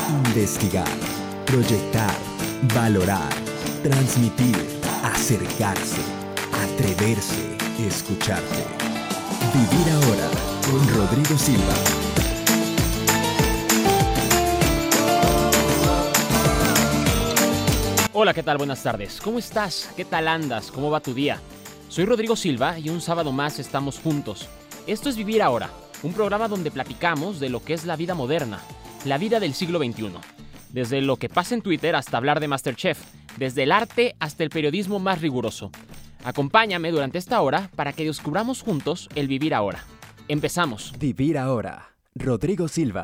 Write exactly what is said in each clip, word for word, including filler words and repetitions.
Investigar, proyectar, valorar, transmitir, acercarse, atreverse, escucharte. Vivir ahora con Rodrigo Silva. Hola, ¿qué tal? Buenas tardes. ¿Cómo estás? ¿Qué tal andas? ¿Cómo va tu día? Soy Rodrigo Silva y un sábado más estamos juntos. Esto es Vivir Ahora, un programa donde platicamos de lo que es la vida moderna, la vida del siglo veintiuno. Desde lo que pasa en Twitter hasta hablar de MasterChef, desde el arte hasta el periodismo más riguroso. Acompáñame durante esta hora para que descubramos juntos el Vivir Ahora. Empezamos. Vivir Ahora. Rodrigo Silva.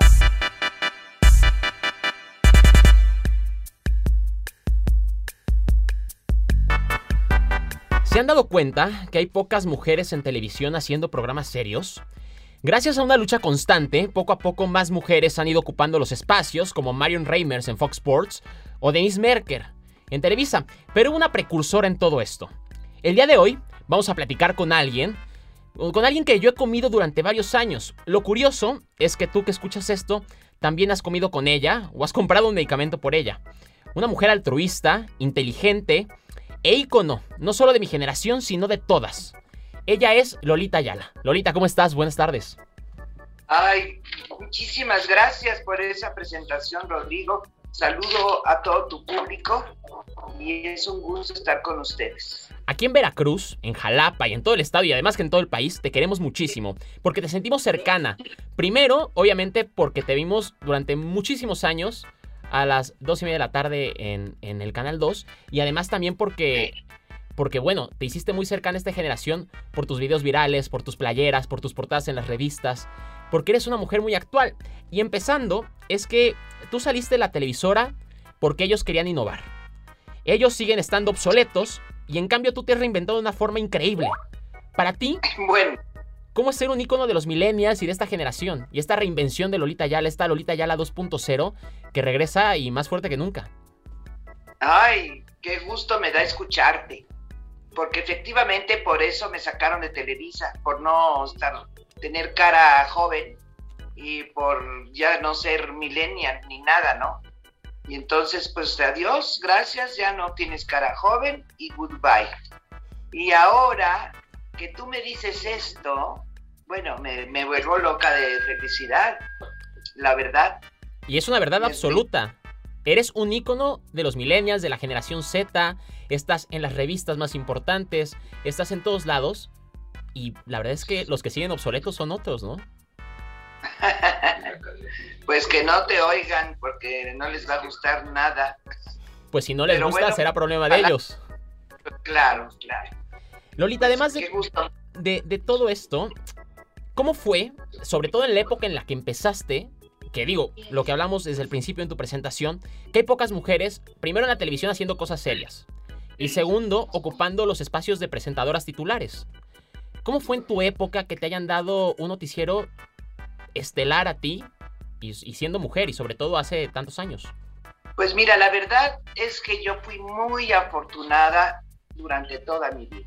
¿Se han dado cuenta que hay pocas mujeres en televisión haciendo programas serios? Gracias a una lucha constante, poco a poco más mujeres han ido ocupando los espacios, como Marion Reimers en Fox Sports o Denise Merker en Televisa, pero hubo una precursora en todo esto. El día de hoy vamos a platicar con alguien, con alguien que yo he comido durante varios años. Lo curioso es que tú que escuchas esto, también has comido con ella o has comprado un medicamento por ella. Una mujer altruista, inteligente e ícono, no solo de mi generación, sino de todas. Ella es Lolita Ayala. Lolita, ¿cómo estás? Buenas tardes. Ay, muchísimas gracias por esa presentación, Rodrigo. Saludo a todo tu público y es un gusto estar con ustedes. Aquí en Veracruz, en Jalapa y en todo el estado y además que en todo el país, te queremos muchísimo porque te sentimos cercana. Primero, obviamente, porque te vimos durante muchísimos años a las dos y media de la tarde en, en el Canal dos y además también porque... Porque, bueno, te hiciste muy cercana a esta generación por tus videos virales, por tus playeras, por tus portadas en las revistas, porque eres una mujer muy actual. Y empezando, es que tú saliste de la televisora porque ellos querían innovar. Ellos siguen estando obsoletos y en cambio tú te has reinventado de una forma increíble. Para ti, bueno, ¿cómo es ser un ícono de los millennials y de esta generación? Y esta reinvención de Lolita Ayala, esta Lolita Ayala dos punto cero, que regresa y más fuerte que nunca. Ay, qué gusto me da escucharte. Porque efectivamente por eso me sacaron de Televisa, por no estar, tener cara joven y por ya no ser millennial ni nada, ¿no? Y entonces, pues adiós, gracias, ya no tienes cara joven y goodbye. Y ahora que tú me dices esto, bueno, me, me vuelvo loca de felicidad, la verdad. Y es una verdad absoluta. Eres un ícono de los millennials, de la generación Z, estás en las revistas más importantes, estás en todos lados y la verdad es que los que siguen obsoletos son otros, ¿no? Pues que no te oigan porque no les va a gustar nada. Pues si no les Pero gusta, bueno, será problema de ojalá. ellos. Claro, claro. Lolita, Pues, además qué de, gusto. de, de todo esto, ¿cómo fue, sobre todo en la época en la que empezaste? Que digo, lo que hablamos desde el principio en tu presentación, que hay pocas mujeres, primero en la televisión haciendo cosas serias, y segundo, ocupando los espacios de presentadoras titulares. ¿Cómo fue en tu época que te hayan dado un noticiero estelar a ti, y, y siendo mujer, y sobre todo hace tantos años? Pues mira, la verdad es que yo fui muy afortunada durante toda mi vida.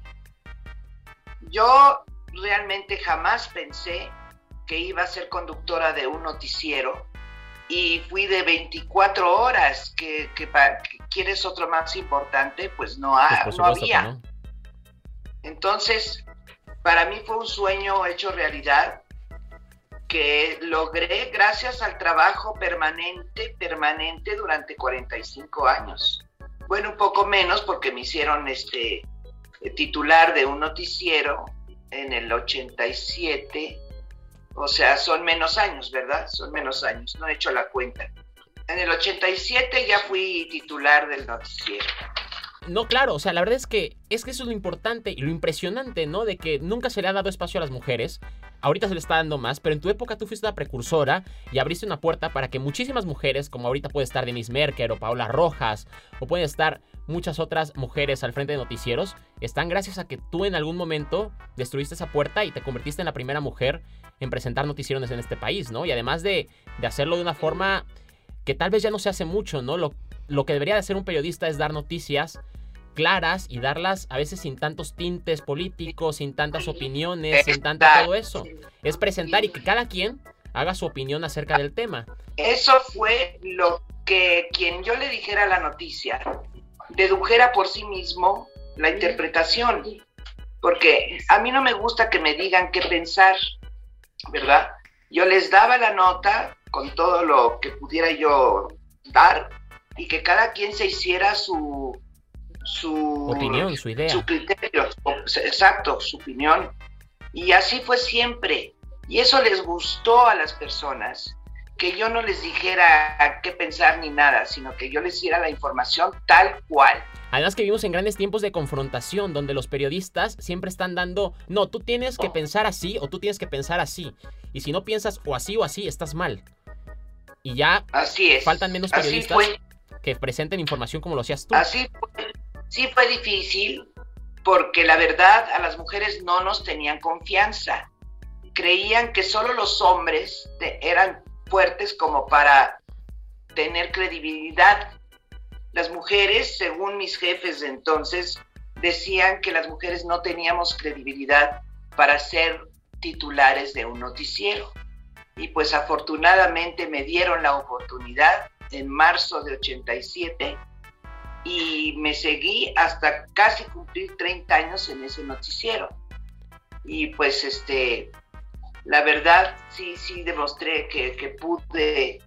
Yo realmente jamás pensé que iba a ser conductora de un noticiero y fui de veinticuatro horas, que, que, que ¿quieres otro más importante? Pues no, ha, Pues no había. No. Entonces, para mí fue un sueño hecho realidad que logré gracias al trabajo permanente, permanente durante cuarenta y cinco años. Bueno, un poco menos porque me hicieron este titular de un noticiero en el ochenta y siete. O sea, son menos años, ¿verdad? Son menos años, no he hecho la cuenta. En el ochenta y siete ya fui titular del noticiero. No, claro, o sea, la verdad es que es que eso es lo importante y lo impresionante, ¿no? De que nunca se le ha dado espacio a las mujeres. Ahorita se le está dando más, pero en tu época tú fuiste la precursora y abriste una puerta para que muchísimas mujeres, como ahorita puede estar Denise Merker o Paola Rojas, o pueden estar muchas otras mujeres al frente de noticieros, están gracias a que tú en algún momento destruiste esa puerta y te convertiste en la primera mujer en presentar noticieros en este país, ¿no? Y además de, de hacerlo de una forma que tal vez ya no se hace mucho, ¿no? Lo, lo que debería de hacer un periodista es dar noticias claras y darlas a veces sin tantos tintes políticos, sin tantas opiniones, sin tanto todo eso. Es presentar y que cada quien haga su opinión acerca del tema. eso fue lo que quien yo le dijera la noticia dedujera por sí mismo la interpretación, porque a mí no me gusta que me digan qué pensar, ¿verdad? Yo les daba la nota con todo lo que pudiera yo dar y que cada quien se hiciera su su opinión, su idea, su criterio, exacto, su opinión, y así fue siempre, y eso les gustó a las personas, que yo no les dijera qué pensar ni nada, sino que yo les diera la información tal cual. Además que vivimos en grandes tiempos de confrontación, donde los periodistas siempre están dando, no, tú tienes que pensar así o tú tienes que pensar así. Y si no piensas o así o así, estás mal. Y ya así es. Faltan menos periodistas que presenten información como lo hacías tú. Así fue. Sí fue difícil, porque la verdad a las mujeres no nos tenían confianza. Creían que solo los hombres eran fuertes como para tener credibilidad. Las mujeres, según mis jefes de entonces, decían que las mujeres no teníamos credibilidad para ser titulares de un noticiero. Y pues afortunadamente me dieron la oportunidad en marzo de ochenta y siete y me seguí hasta casi cumplir treinta años en ese noticiero. Y pues este, la verdad sí, sí demostré que, que pude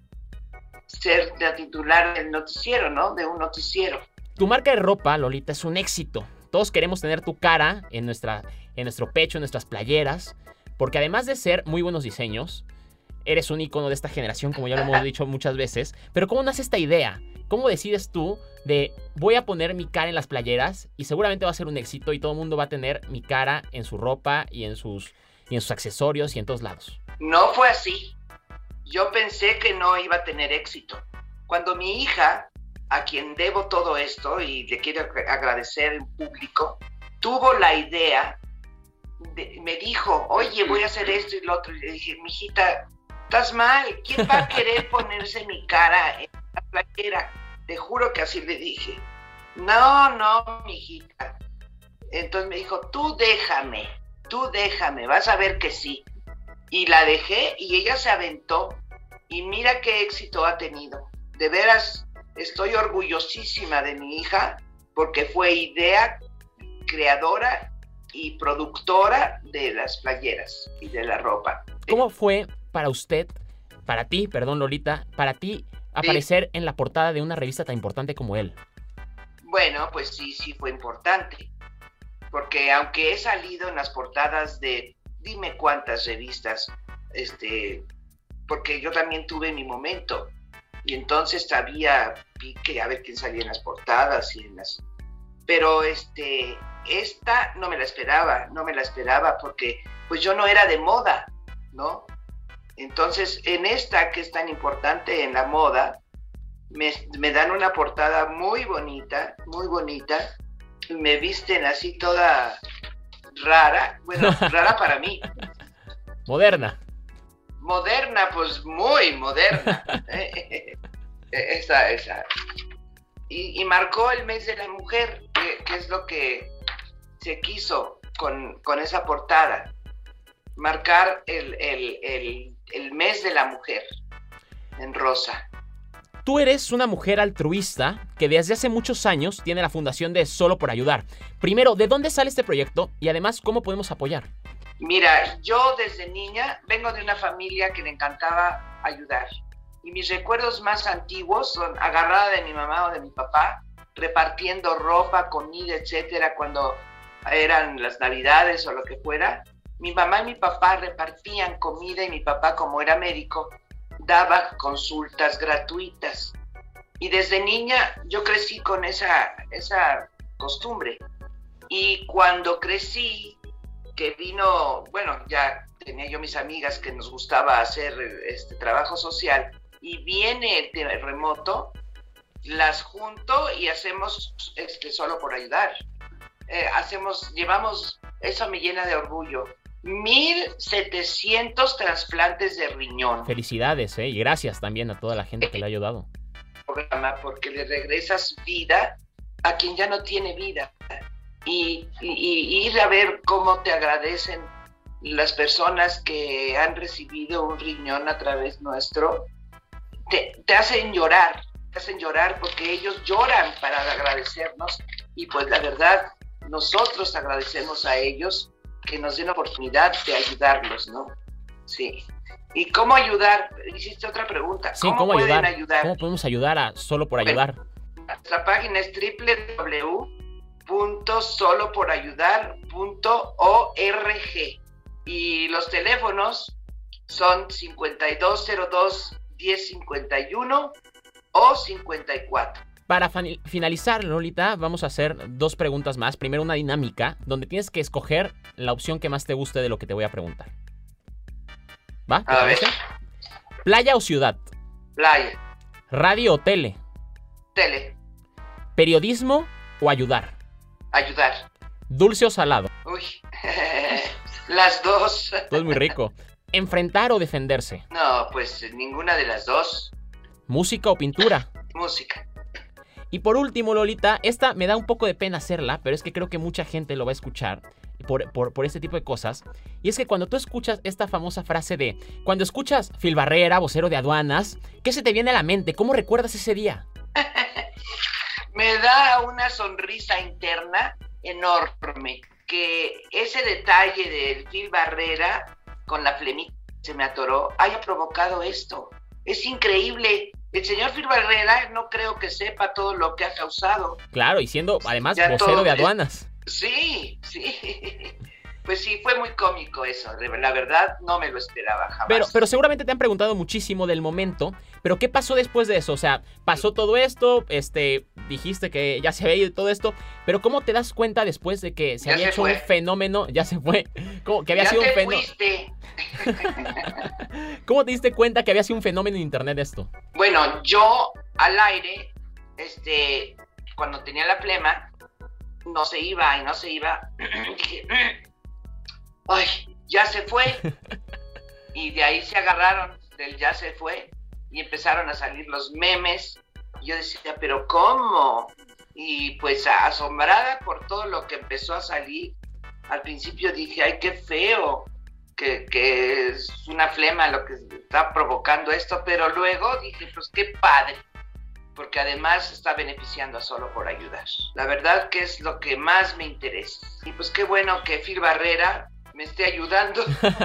ser la titular del noticiero, ¿no? De un noticiero. Tu marca de ropa, Lolita, es un éxito. Todos queremos tener tu cara en, nuestra, en nuestro pecho, en nuestras playeras, porque además de ser muy buenos diseños, eres un ícono de esta generación, como ya lo hemos dicho muchas veces. Pero ¿cómo nace esta idea? ¿Cómo decides tú de voy a poner mi cara en las playeras y seguramente va a ser un éxito y todo el mundo va a tener mi cara en su ropa y en sus, y en sus accesorios y en todos lados? No fue así. Yo pensé que no iba a tener éxito. Cuando mi hija, a quien debo todo esto y le quiero agradecer en público, tuvo la idea, de, me dijo, oye, voy a hacer esto y lo otro. Y le dije, mijita, estás mal. ¿Quién va a querer ponerse mi cara en la playera? Te juro que así le dije. No, no, mijita. Entonces me dijo, tú déjame, tú déjame, vas a ver que sí. Y la dejé y ella se aventó y mira qué éxito ha tenido. De veras estoy orgullosísima de mi hija porque fue idea creadora y productora de las playeras y de la ropa. ¿Cómo fue para usted, para ti, perdón Lolita, para ti aparecer sí. en la portada de una revista tan importante como Elle? Bueno, pues sí, sí fue importante. Porque aunque he salido en las portadas de dime cuántas revistas, este, porque yo también tuve mi momento y entonces sabía pique a ver quién salía en las portadas y en las, pero este, esta no me la esperaba, no me la esperaba porque pues yo no era de moda, ¿no? Entonces en esta que es tan importante en la moda me, me dan una portada muy bonita, muy bonita y me visten así toda rara, bueno, rara para mí. Moderna. Moderna, pues muy moderna. esa, esa. Y, y marcó el mes de la mujer, que, que es lo que se quiso con, con esa portada. Marcar el, el, el, el mes de la mujer en rosa. Tú eres una mujer altruista que desde hace muchos años tiene la fundación de Solo por Ayudar. Primero, ¿de dónde sale este proyecto? Y además, ¿cómo podemos apoyar? Mira, yo desde niña vengo de una familia que le encantaba ayudar. Y mis recuerdos más antiguos son agarrada de mi mamá o de mi papá, repartiendo ropa, comida, etcétera, cuando eran las navidades o lo que fuera. Mi mamá y mi papá repartían comida y mi papá, como era médico, daba consultas gratuitas. Y desde niña yo crecí con esa, esa costumbre. Y cuando crecí, que vino, bueno, ya tenía yo mis amigas que nos gustaba hacer este trabajo social, y viene el terremoto, las junto y hacemos este Solo por Ayudar. Eh, hacemos, llevamos, eso me llena de orgullo, mil setecientos trasplantes de riñón. Felicidades, ¿eh? Y gracias también a toda la gente que le ha ayudado. Porque le regresas vida a quien ya no tiene vida. Y, y, y ir a ver cómo te agradecen las personas que han recibido un riñón a través nuestro, te, te hacen llorar, te hacen llorar porque ellos lloran para agradecernos y pues la verdad, nosotros agradecemos a ellos que nos den la oportunidad de ayudarlos, ¿no? Sí. ¿Y cómo ayudar? Hiciste otra pregunta. Sí, ¿Cómo, ¿cómo pueden ayudar? ayudar? ¿Cómo podemos ayudar a Solo por Bueno, Ayudar? Nuestra página es doble u doble u doble u punto solo por ayudar punto org y los teléfonos son cincuenta y dos cero dos, diez cincuenta y uno o cincuenta y cuatro. Para finalizar, Lolita, vamos a hacer dos preguntas más. Primero una dinámica donde tienes que escoger la opción que más te guste de lo que te voy a preguntar. ¿Va? ¿Te A parece? ver. ¿Playa o ciudad? Playa. ¿Radio o tele? Tele. ¿Periodismo o ayudar? Ayudar. ¿Dulce o salado? Uy. Las dos. Todo es muy rico. ¿Enfrentar o defenderse? No, pues ninguna de las dos. ¿Música o pintura? Música. Y por último, Lolita, esta me da un poco de pena hacerla, pero es que creo que mucha gente lo va a escuchar por, por, por este tipo de cosas. Y es que cuando tú escuchas esta famosa frase de, cuando escuchas Phil Barrera, vocero de aduanas, ¿qué se te viene a la mente? ¿Cómo recuerdas ese día? Me da una sonrisa interna enorme, que ese detalle del Phil Barrera con la flemita que se me atoró haya provocado esto. Es increíble. El señor Phil Barrera no creo que sepa todo lo que ha causado. Claro, y siendo además Ya vocero todo de es- aduanas. Sí, sí. Pues sí, fue muy cómico eso. La verdad, no me lo esperaba jamás. Pero, pero seguramente te han preguntado muchísimo del momento. Pero ¿qué pasó después de eso? O sea, pasó todo esto, este, dijiste que ya se había ido todo esto. Pero ¿cómo te das cuenta después de que se Ya había se hecho fue. un fenómeno? Ya se fue. ¿Cómo, que había ya sido un te fenómeno. fuiste. ¿Cómo te diste cuenta que había sido un fenómeno en internet esto? Bueno, yo al aire, este, cuando tenía la flema, no se iba y no se iba. Dije, ay, ya se fue. Y de ahí se agarraron del ya se fue y empezaron a salir los memes. Y yo decía, pero ¿cómo? Y pues asombrada por todo lo que empezó a salir, al principio dije, ay, qué feo, que, que es una flema lo que está provocando esto, pero luego dije, pues qué padre, porque además está beneficiando a Solo por Ayudar. La verdad que es lo que más me interesa. Y pues qué bueno que Phil Barrera me esté ayudando.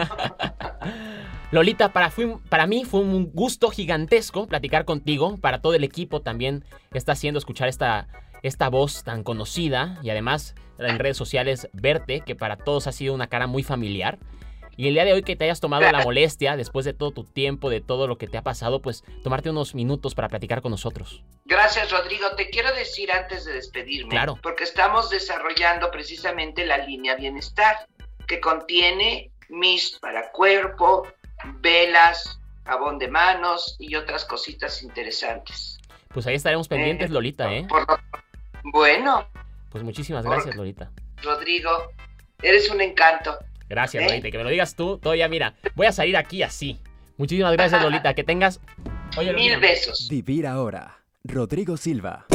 Lolita, para, fui, para mí fue un gusto gigantesco platicar contigo. Para todo el equipo también está haciendo escuchar esta, esta voz tan conocida. Y además en redes sociales verte, que para todos ha sido una cara muy familiar. Y el día de hoy que te hayas tomado la molestia, después de todo tu tiempo, de todo lo que te ha pasado, pues tomarte unos minutos para platicar con nosotros. Gracias, Rodrigo. Te quiero decir antes de despedirme, Claro. porque estamos desarrollando precisamente la línea Bienestar, que contiene mist para cuerpo, velas, jabón de manos y otras cositas interesantes. Pues ahí estaremos pendientes, Eh, Lolita, ¿eh? Por lo- Bueno, Pues muchísimas por- gracias, Lolita. Rodrigo, eres un encanto. Gracias, ¿Eh? Lolita. Y que me lo digas tú, todavía mira, voy a salir aquí así. Muchísimas gracias, Lolita. Que tengas... Oye, Mil Lolita, besos. Vivir ahora. Rodrigo Silva.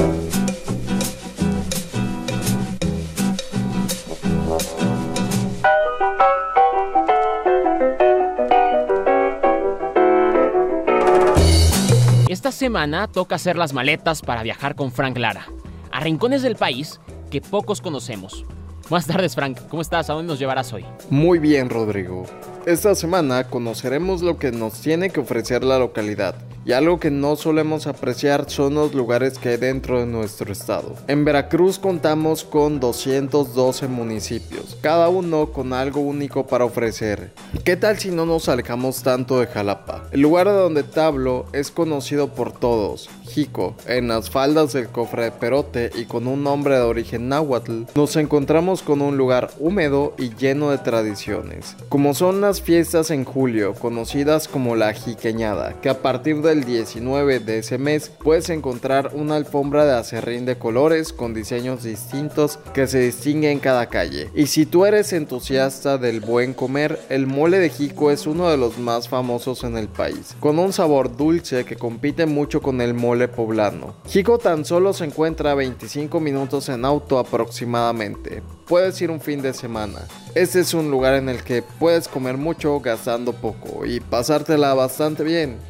esta semana toca hacer las maletas para viajar con Frank Lara a rincones del país que pocos conocemos. Buenas tardes, Frank. ¿Cómo estás? ¿A dónde nos llevarás hoy? Muy bien, Rodrigo. Esta semana conoceremos lo que nos tiene que ofrecer la localidad. Y algo que no solemos apreciar son los lugares que hay dentro de nuestro estado. En Veracruz contamos con doscientos doce municipios, cada uno con algo único para ofrecer. ¿Qué tal si no nos alejamos tanto de Jalapa? El lugar de donde te hablo es conocido por todos, Jico. En las faldas del Cofre de Perote y con un nombre de origen náhuatl, nos encontramos con un lugar húmedo y lleno de tradiciones, como son las fiestas en julio, conocidas como la Jiqueñada, que a partir del diecinueve de ese mes puedes encontrar una alfombra de acerrín de colores con diseños distintos que se distinguen en cada calle. Y si tú eres entusiasta del buen comer, el mole de Jico es uno de los más famosos en el país, con un sabor dulce que compite mucho con el mole poblano. Jico tan solo se encuentra a veinticinco minutos en auto aproximadamente. Puedes ir un fin de semana. Este es un lugar en el que puedes comer mucho gastando poco y pasártela bastante bien.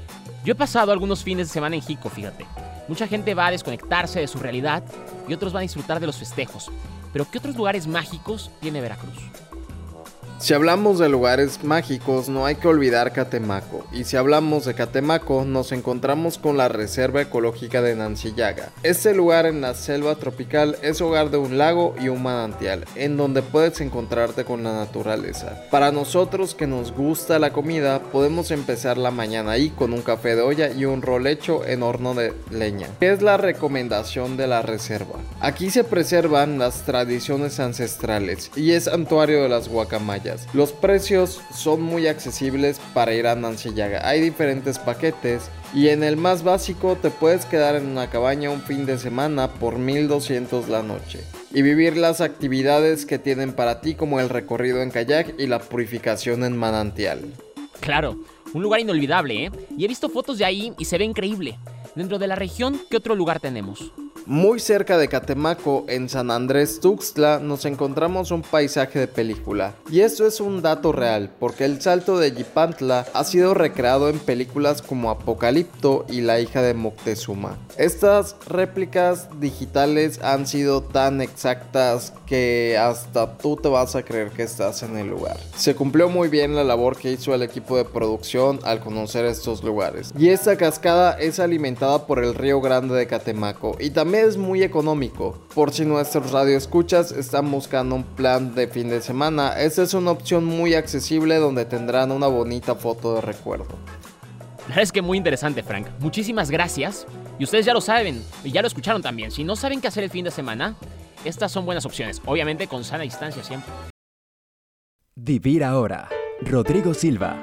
Yo he pasado algunos fines de semana en Jico, fíjate. Mucha gente va a desconectarse de su realidad y otros van a disfrutar de los festejos. Pero ¿qué otros lugares mágicos tiene Veracruz? Si hablamos de lugares mágicos, no hay que olvidar Catemaco. Y si hablamos de Catemaco, nos encontramos con la Reserva Ecológica de Nancillaga. Este lugar en la selva tropical es hogar de un lago y un manantial, en donde puedes encontrarte con la naturaleza. Para nosotros que nos gusta la comida, podemos empezar la mañana ahí con un café de olla y un rol hecho en horno de leña. ¿Qué es la recomendación de la reserva? Aquí se preservan las tradiciones ancestrales y es santuario de las guacamayas. Los precios son muy accesibles para ir a Nancillaga. Hay diferentes paquetes y en el más básico te puedes quedar en una cabaña un fin de semana por mil doscientos la noche y vivir las actividades que tienen para ti, como el recorrido en kayak y la purificación en manantial. Claro, un lugar inolvidable, ¿eh? Y he visto fotos de ahí y se ve increíble. Dentro de la región, ¿qué otro lugar tenemos? Muy cerca de Catemaco, en San Andrés Tuxtla, nos encontramos un paisaje de película. Y esto es un dato real, porque el Salto de Yipantla ha sido recreado en películas como Apocalipto y La hija de Moctezuma. Estas réplicas digitales han sido tan exactas que hasta tú te vas a creer que estás en el lugar. Se cumplió muy bien la labor que hizo el equipo de producción al conocer estos lugares. Y esta cascada es alimentada por el Río Grande de Catemaco y también es muy económico. Por si nuestros radioescuchas están buscando un plan de fin de semana, esta es una opción muy accesible donde tendrán una bonita foto de recuerdo. La verdad es que muy interesante, Frank. Muchísimas gracias. Y ustedes ya lo saben, y ya lo escucharon también. Si no saben qué hacer el fin de semana, estas son buenas opciones. Obviamente con sana distancia siempre. Vivir ahora. Rodrigo Silva.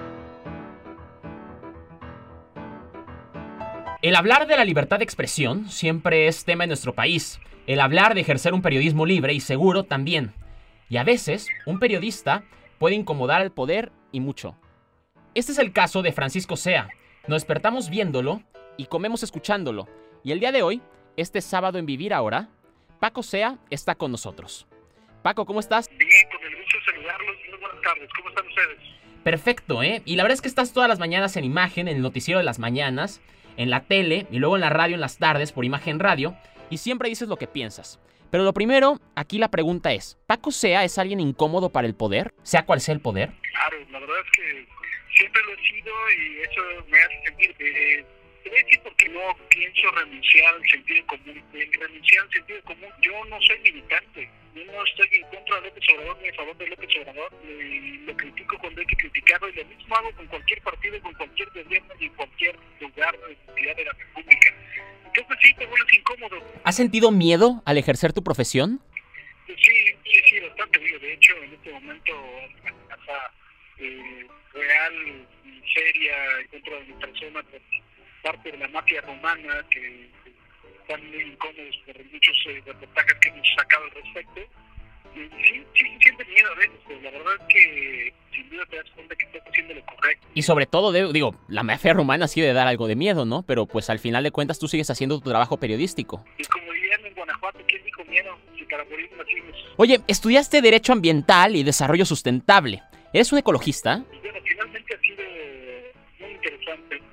El hablar de la libertad de expresión siempre es tema en nuestro país. El hablar de ejercer un periodismo libre y seguro también. Y a veces, un periodista puede incomodar al poder y mucho. Este es el caso de Francisco Zea. Nos despertamos viéndolo y comemos escuchándolo. Y el día de hoy, este sábado en Vivir Ahora, Paco Zea está con nosotros. Paco, ¿cómo estás? Bien, con el gusto de saludarlos. Muy buenas tardes. ¿Cómo están ustedes? Perfecto, ¿eh? Y la verdad es que estás todas las mañanas en Imagen, en el noticiero de las mañanas, en la tele y luego en la radio en las tardes por Imagen Radio, y siempre dices lo que piensas. Pero lo primero, aquí la pregunta es, ¿Paco Zea es alguien incómodo para el poder? Sea cual sea el poder. Claro, la verdad es que siempre lo he sido y eso me hace sentir... Eh, te voy a decir porque no pienso renunciar al sentido común. El renunciar al sentido común, yo no soy militante. Yo no estoy en contra de López Obrador ni a favor de López Obrador. Eh, lo critico cuando hay que criticarlo y lo mismo hago con cualquier partido, con cualquier gobierno y en cualquier lugar de entidad de la República. Entonces sí, te vuelves incómodo. ¿Has sentido miedo al ejercer tu profesión? Pues sí, sí, sí, bastante miedo. De hecho, en este momento, hasta eh, real y seria en contra de mi persona por parte de la mafia romana, que están muy incómodos por muchos eh, reportajes que hemos sacado al respecto. Y sí, sí se siente miedo a veces, pero la verdad es que sin duda te das cuenta que estás haciendo lo correcto. Y sobre todo, de, digo, la mafia romana sí debe dar algo de miedo, ¿no? Pero pues al final de cuentas tú sigues haciendo tu trabajo periodístico. Y como dirían en Guanajuato, ¿quién dijo miedo? Si para morir nacimos. Oye, estudiaste Derecho Ambiental y Desarrollo Sustentable. ¿Eres un ecologista? Y bueno, finalmente ha sido muy interesante,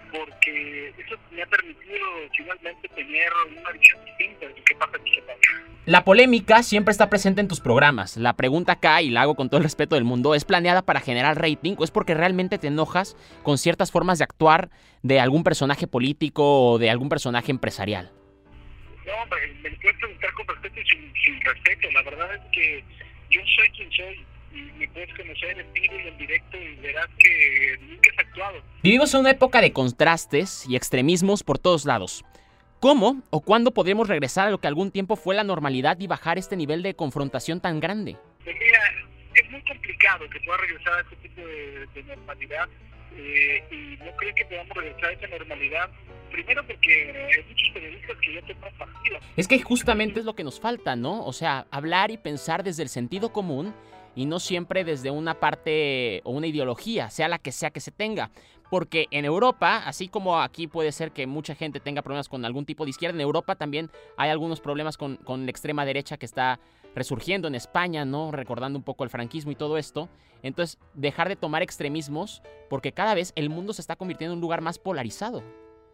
porque eso me ha permitido finalmente tener una visión distinta de lo que pasa aquí en México. La polémica siempre está presente en tus programas. La pregunta acá, y la hago con todo el respeto del mundo, ¿es planeada para generar rating o es porque realmente te enojas con ciertas formas de actuar de algún personaje político o de algún personaje empresarial? No, hombre, me lo puedes preguntar con respeto y sin, sin respeto. La verdad es que yo soy quien soy. Y me puedes conocer en vivo y en directo y verás que nunca he actuado. Vivimos en una época de contrastes y extremismos por todos lados. ¿Cómo o cuándo podremos regresar a lo que algún tiempo fue la normalidad y bajar este nivel de confrontación tan grande? Pues mira, es muy complicado que pueda regresar a este tipo de, de normalidad eh, y no creo que podamos regresar a esa normalidad. Primero porque hay muchos periodistas que ya toman partido. Es que justamente es lo que nos falta, ¿no? O sea, hablar y pensar desde el sentido común y no siempre desde una parte o una ideología, sea la que sea que se tenga. Porque en Europa, así como aquí puede ser que mucha gente tenga problemas con algún tipo de izquierda, en Europa también hay algunos problemas con, con la extrema derecha que está resurgiendo en España, ¿no? Recordando un poco el franquismo y todo esto. Entonces, dejar de tomar extremismos porque cada vez el mundo se está convirtiendo en un lugar más polarizado.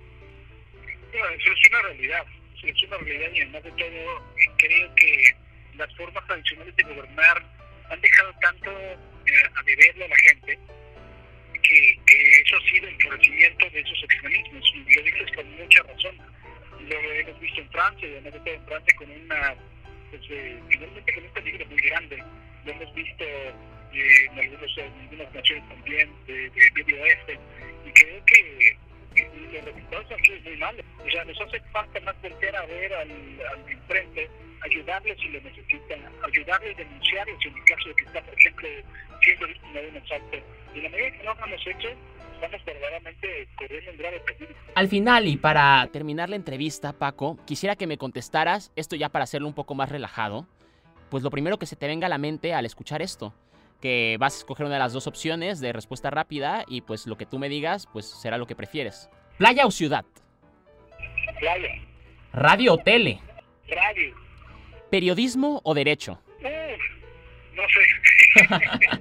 No, eso es una realidad, eso es una realidad y además de todo creo que las formas tradicionales de gobernar han dejado tanto eh, a deberle a la gente que, que eso ha sido el florecimiento de esos extremismos y lo dices con mucha razón. Lo hemos visto en Francia y además de todo en Francia con una, pues, eh, finalmente con un peligro muy grande. Lo hemos visto eh, en, algunos, en algunas naciones también de, de Medio Oeste y creo que los resultados han sido muy malos. O sea, nos hace falta más voltear a ver al, al enfrente, ayudarles si lo necesitan, ayudarles, denunciarles en el caso de que está, por ejemplo, siendo víctima de un asalto. Y la medida que no lo hemos hecho, estamos verdaderamente corriendo un grave peligro. Al final, y para terminar la entrevista, Paco, quisiera que me contestaras, esto ya para hacerlo un poco más relajado, pues lo primero que se te venga a la mente al escuchar esto, que vas a escoger una de las dos opciones de respuesta rápida y pues lo que tú me digas, pues será lo que prefieres. ¿Playa o ciudad? Playa. ¿Radio o tele? Radio. ¿Periodismo o derecho? Uf, no sé.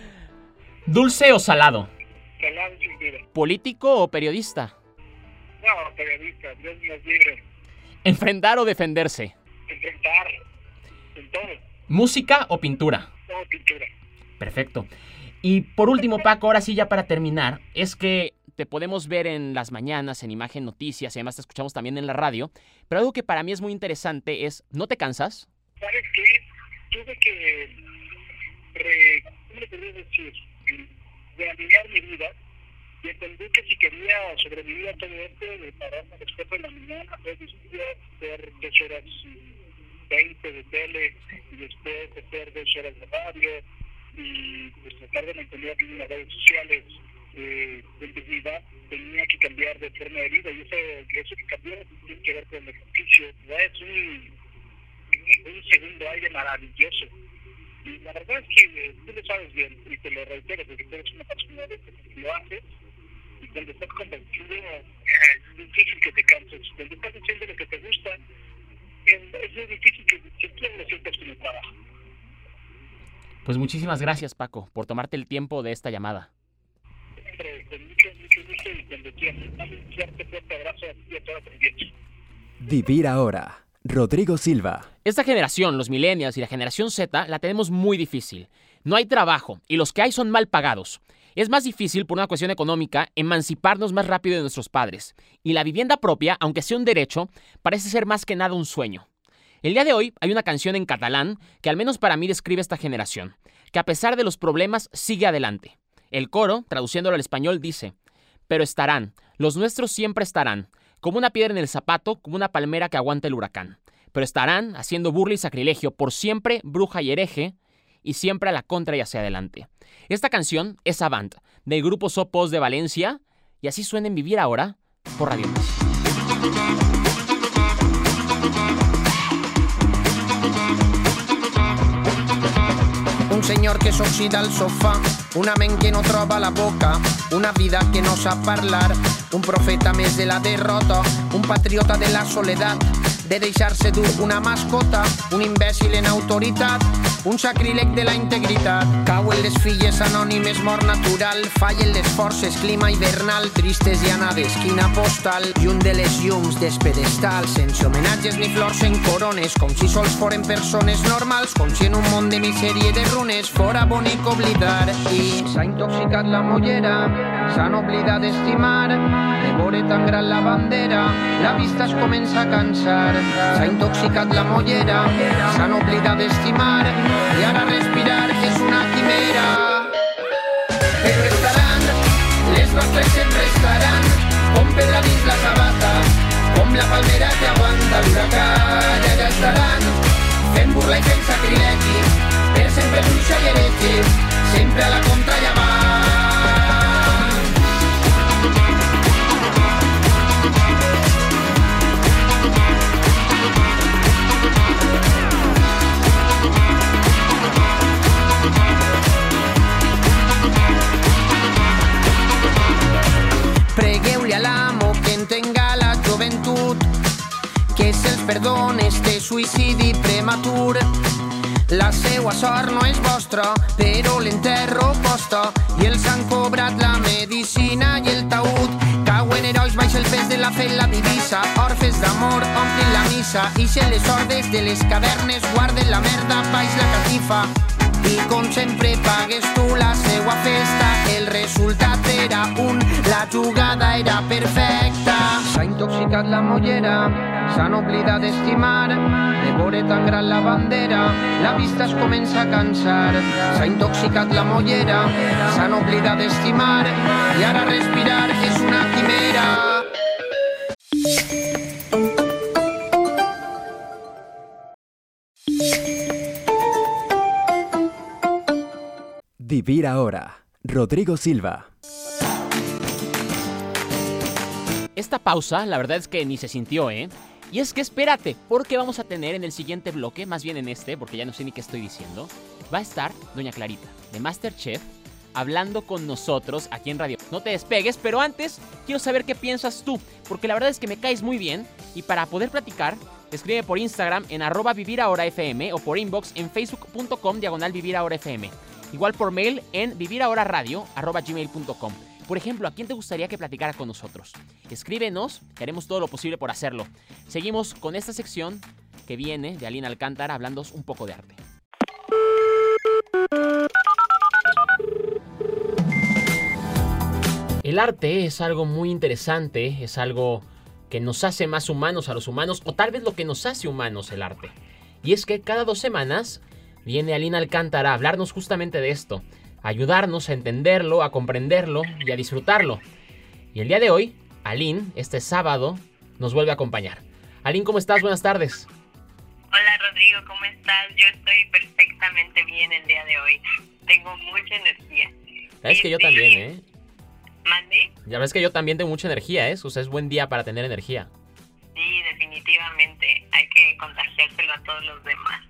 ¿Dulce o salado? Salado sin duda. ¿Político o periodista? No, periodista, Dios nos libre. ¿Enfrentar o defenderse? Enfrentar. En todo. ¿Música o pintura? Todo pintura. Perfecto. Y por último, Paco, ahora sí ya para terminar, es que te podemos ver en las mañanas, en Imagen Noticias, y además te escuchamos también en la radio, pero algo que para mí es muy interesante es, ¿no te cansas? ¿Sabes qué? Tuve que, re, ¿cómo le podría decir? Realinear mi vida y entendí que si quería sobrevivir a todo esto, de pararme a las cuatro de la mañana, ver ver dos horas veinte de tele y después de hacer dos horas de radio y pues tratar de mantener bien las redes sociales eh, de dignidad, tenía que cambiar de forma de vida y eso, eso que cambió tiene que ver con el ejercicio. Ya es un, un segundo aire maravilloso. Y la verdad es que eh, tú lo sabes bien, y te lo reitero, porque tú eres una persona de que lo haces, y cuando estás convencido, eh, es difícil que te canses. Cuando estás haciendo lo que te gusta, es, es muy difícil que, que tú lo sientas como trabajo. Pues muchísimas gracias, Paco, por tomarte el tiempo de esta llamada. Siempre, con mucho, mucho gusto y cuando quieras. Dame un fuerte, fuerte abrazo a ti y a toda tu audiencia. Vivir ahora. Rodrigo Silva. Esta generación, los millennials y la generación Z, la tenemos muy difícil. No hay trabajo y los que hay son mal pagados. Es más difícil, por una cuestión económica, emanciparnos más rápido de nuestros padres. Y la vivienda propia, aunque sea un derecho, parece ser más que nada un sueño. El día de hoy hay una canción en catalán que al menos para mí describe esta generación, que a pesar de los problemas sigue adelante. El coro, traduciéndolo al español, dice: pero estarán, los nuestros siempre estarán, como una piedra en el zapato, como una palmera que aguanta el huracán. Pero estarán haciendo burla y sacrilegio por siempre, bruja y hereje, y siempre a la contra y hacia adelante. Esta canción es Avant, del grupo Sopos de Valencia, y así suena en Vivir Ahora por Radio Más. Un senyor que s'oxida al sofà, una ment que no troba la boca, una vida que no sap parlar, un profeta més de la derrota, un patriota de la soledat, de deixar-se dur una mascota, un imbècil en autoritat, un sacríleg de la integritat. Cauen les filles anònimes, mort natural, fallen les forces, clima hivernal, tristes i anades, quina postal, lluny de les llums despedestal, sense homenatges ni flors en corones, com si sols foren persones normals, com si en un món de misèria i de runes fora bonic oblidar. I s'ha intoxicat la mollera, s'han oblidat d'estimar, de veure tan gran la bandera, la vista es comença a cansar. S'ha intoxicat la mollera, s'han oblidat d'estimar, i ara respirar és una quimera. Però estaran, les nostres sempre estaran, com pedra dins la sabata, com la palmera que aguanta l'huracán. I allà estaran, fent burla i fent sacrilegi, per sempre bruixa i heretge, sempre a la contra i avant. Pregueu-li a l'amo que entenga la joventut, que se'ls perdone este suïcidi prematur, que se'ls perdone este suïcidi prematur. Pregueu-li a l'amo que entenga la joventut, que se'ls perdone este suïcidi prematur. La seua sort no és vostra, però l'enterro costa i els han cobrat la medicina i el taüt. Cauen herois baix el pes de la fe la divisa, orfes d'amor omplin la missa i si les hordes de les cavernes guarden la merda baix la catifa. I com sempre pagues tu la seua festa, el resultat era un, la jugada era perfecta. S'ha intoxicat la mollera, s'han oblidat d'estimar, de veure tan gran la bandera, la vista es comença a cansar. S'ha intoxicat la mollera, s'han oblidat d'estimar, i ara respirar és una quimera. Vivir ahora. Rodrigo Silva. Esta pausa, la verdad es que ni se sintió, ¿eh? Y es que espérate, porque vamos a tener en el siguiente bloque, más bien en este, porque ya no sé ni qué estoy diciendo, va a estar Doña Clarita, de MasterChef, hablando con nosotros aquí en radio. No te despegues, pero antes quiero saber qué piensas tú, porque la verdad es que me caes muy bien, y para poder platicar, escribe por Instagram en arroba vivirahorafm o por inbox en facebook.com diagonal vivirahorafm. Igual por mail en vivirahoraradio arroba gmail punto com. Por ejemplo, ¿a quién te gustaría que platicara con nosotros? Escríbenos, que haremos todo lo posible por hacerlo. Seguimos con esta sección que viene de Alina Alcántara hablándonos un poco de arte. El arte es algo muy interesante, es algo que nos hace más humanos a los humanos, o tal vez lo que nos hace humanos el arte. Y es que cada dos semanas viene Alina Alcántara a hablarnos justamente de esto, a ayudarnos a entenderlo, a comprenderlo y a disfrutarlo. Y el día de hoy, Aline, este sábado, nos vuelve a acompañar. Aline, ¿cómo estás? Buenas tardes. Hola Rodrigo, ¿cómo estás? Yo estoy perfectamente bien el día de hoy. Tengo mucha energía. Sabes que yo también, ¿eh? ¿Mandé? Ya ves que yo también tengo mucha energía, ¿eh? O sea, es buen día para tener energía. Sí, definitivamente. Hay que contagiárselo a todos los demás.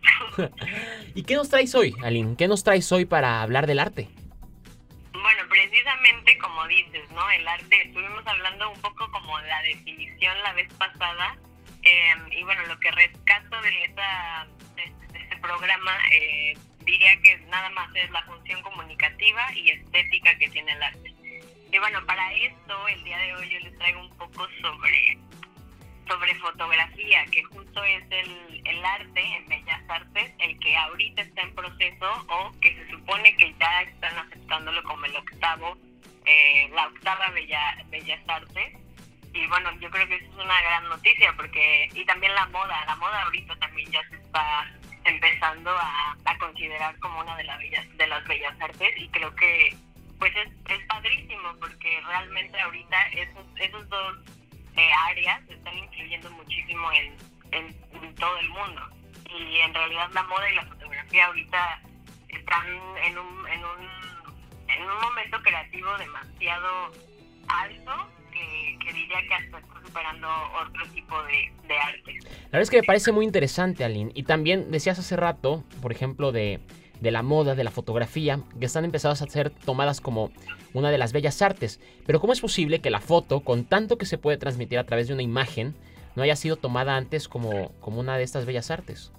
¿Y qué nos traes hoy, Aline? ¿Qué nos traes hoy para hablar del arte? Bueno, precisamente como dices, ¿no? El arte, estuvimos hablando un poco como la definición la vez pasada. Eh, y bueno, lo que rescato de, esa, de, de este programa, eh, diría que nada más es la función comunicativa y estética que tiene el arte. Y bueno, para esto, el día de hoy yo les traigo un poco sobre... sobre fotografía, que justo es el, el arte en Bellas Artes, el que ahorita está en proceso o que se supone que ya están aceptándolo como el octavo, eh, la octava Bella, Bellas Artes. Y bueno, yo creo que eso es una gran noticia porque, y también la moda, la moda ahorita también ya se está empezando a, a considerar como una de, la bellas, de las Bellas Artes y creo que pues es, es padrísimo porque realmente ahorita esos, esos dos Eh, áreas están influyendo muchísimo en, en, en todo el mundo y en realidad la moda y la fotografía ahorita están en un, en un, en un momento creativo demasiado alto que, que diría que hasta está superando otro tipo de, de arte. La verdad es que me parece muy interesante, Aline, y también decías hace rato, por ejemplo, de... de la moda, de la fotografía, que están empezadas a ser tomadas como una de las bellas artes. Pero ¿cómo es posible que la foto, con tanto que se puede transmitir a través de una imagen, no haya sido tomada antes como, como una de estas bellas artes?